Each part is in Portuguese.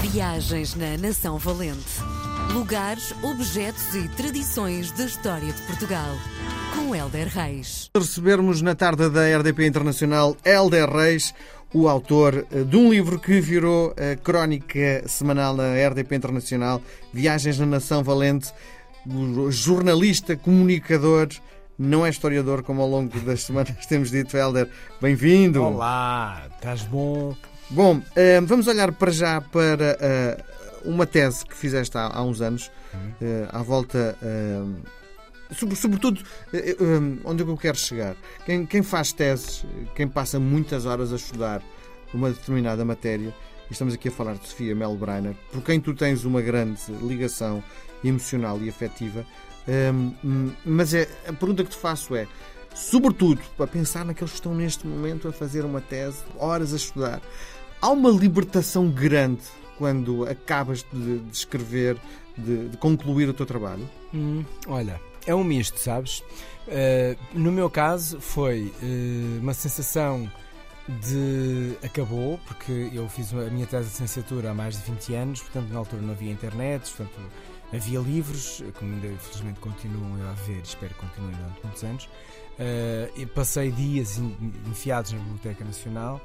Viagens na Nação Valente. Lugares, objetos e tradições da história de Portugal. Com Hélder Reis. Recebermos na tarde da RDP Internacional Hélder Reis, o autor de um livro que virou a crónica semanal na RDP Internacional, Viagens na Nação Valente, jornalista, comunicador, não é historiador, como ao longo das semanas temos dito. Hélder, bem-vindo. Olá, estás bom? Bom, vamos olhar para já para uma tese que fizeste há uns anos, à volta... Sobretudo, onde eu quero chegar. Quem faz teses, quem passa muitas horas a estudar uma determinada matéria, e estamos aqui a falar de Sofia Melbrenner, por quem tu tens uma grande ligação emocional e afetiva, mas a pergunta que te faço é, sobretudo, para pensar naqueles que estão neste momento a fazer uma tese, horas a estudar, há uma libertação grande quando acabas de escrever, de concluir o teu trabalho? Olha, é um misto, sabes? No meu caso foi uma sensação de acabou, porque eu fiz a minha tese de licenciatura há mais de 20 anos, portanto na altura não havia internet, portanto havia livros, como ainda infelizmente continuam a haver, espero que continuem durante muitos anos. E passei dias enfiados na Biblioteca Nacional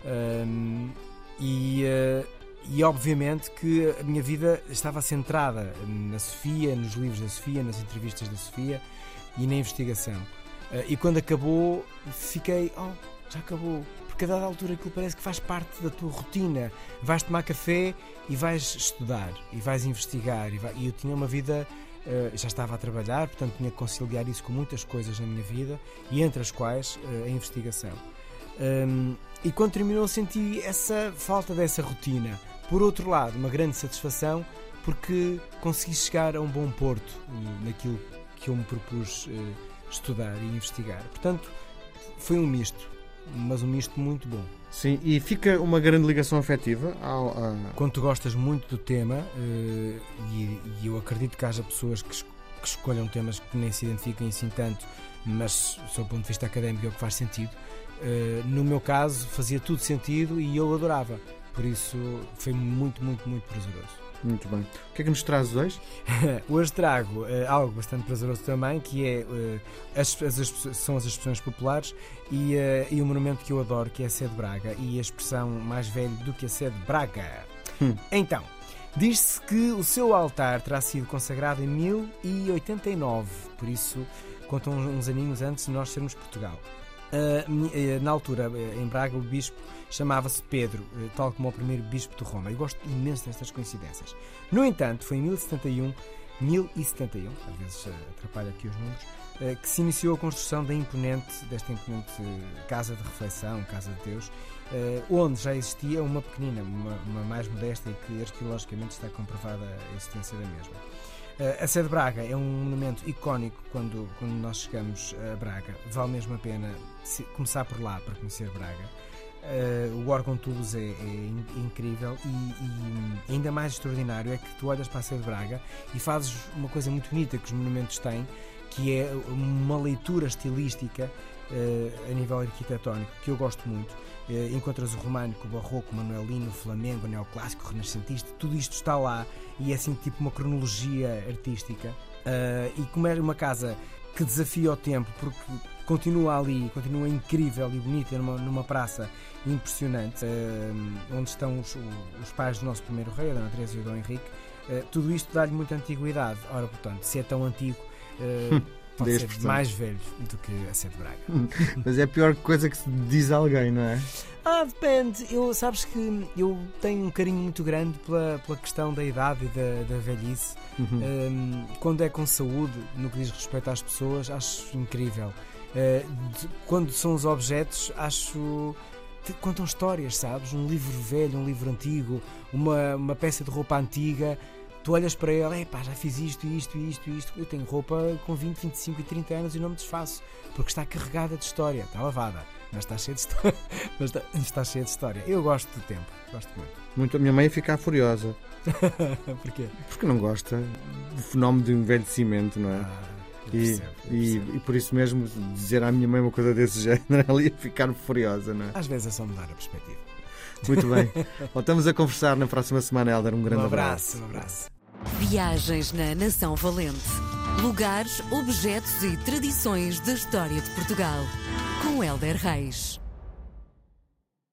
e obviamente que a minha vida estava centrada na Sofia, nos livros da Sofia, nas entrevistas da Sofia e na investigação. E quando acabou, fiquei, já acabou. Porque a dada altura aquilo parece que faz parte da tua rotina. Vais tomar café e vais estudar, e vais investigar. E eu tinha uma vida, já estava a trabalhar, portanto tinha que conciliar isso com muitas coisas na minha vida, e entre as quais a investigação. E quando terminou senti essa falta dessa rotina. Por outro lado, uma grande satisfação porque consegui chegar a um bom porto naquilo que eu me propus estudar e investigar. Portanto, foi um misto, mas um misto muito bom. Sim, e fica uma grande ligação afetiva Quando tu gostas muito do tema, e eu acredito que haja pessoas que escolham temas que nem se identifiquem assim tanto, mas do seu ponto de vista académico é o que faz sentido. No meu caso fazia tudo sentido e eu adorava, por isso foi muito, muito, muito prazeroso. Muito bem. O que é que nos trazes hoje? Hoje trago algo bastante prazeroso também, que é são as expressões populares e o monumento que eu adoro, que é a Sé de Braga, e a expressão mais velha do que a Sé de Braga. Então, diz-se que o seu altar terá sido consagrado em 1089, por isso contam uns aninhos antes de nós sermos Portugal. Na altura, em Braga, o bispo chamava-se Pedro, tal como o primeiro bispo de Roma. Eu gosto imenso destas coincidências. No entanto, foi em 1071, às vezes atrapalha aqui os números, que se iniciou a construção desta imponente casa de reflexão, casa de Deus, onde já existia uma pequenina, uma mais modesta, e que arqueologicamente está comprovada a existência da mesma. A Sé de Braga é um monumento icónico quando nós chegamos a Braga. Vale mesmo a pena começar por lá para conhecer Braga. O órgão Toulouse é incrível e ainda mais extraordinário é que tu olhas para a Sé de Braga e fazes uma coisa muito bonita que os monumentos têm, que é uma leitura estilística a nível arquitetónico, que eu gosto muito. Encontras o românico, o barroco, o manuelino, o flamengo, o neoclássico, o renascentista, tudo isto está lá e é assim tipo uma cronologia artística. E como é uma casa que desafia o tempo, porque continua ali, continua incrível e bonita numa praça impressionante, onde estão os pais do nosso primeiro rei, a Dona Teresa e o Dom Henrique. Tudo isto dá-lhe muita antiguidade. Ora, portanto, se é tão antigo, pode ser mais velho do que a Sé de Braga. Mas é a pior coisa que se diz a alguém, não é? Depende. Sabes que eu tenho um carinho muito grande pela questão da idade e da velhice. Quando é com saúde, no que diz respeito às pessoas, acho incrível. Quando são os objetos, acho... contam histórias, sabes? Um livro velho, um livro antigo, uma peça de roupa antiga. Tu olhas para ele, já fiz isto. Eu tenho roupa com 20, 25 e 30 anos e não me desfaço, porque está carregada de história. Está lavada, mas está cheia de história. Está cheia de história. Eu gosto do tempo, gosto muito. A minha mãe ia ficar furiosa. Porquê? Porque não gosta do fenómeno de envelhecimento, não é? E por isso mesmo, dizer à minha mãe uma coisa desse género, ela ia ficar furiosa, não é? Às vezes é só mudar a perspectiva. Muito bem. Voltamos a conversar na próxima semana, Hélder. Um grande abraço. Um abraço. Viagens na Nação Valente. Lugares, objetos e tradições da história de Portugal. Com Hélder Reis.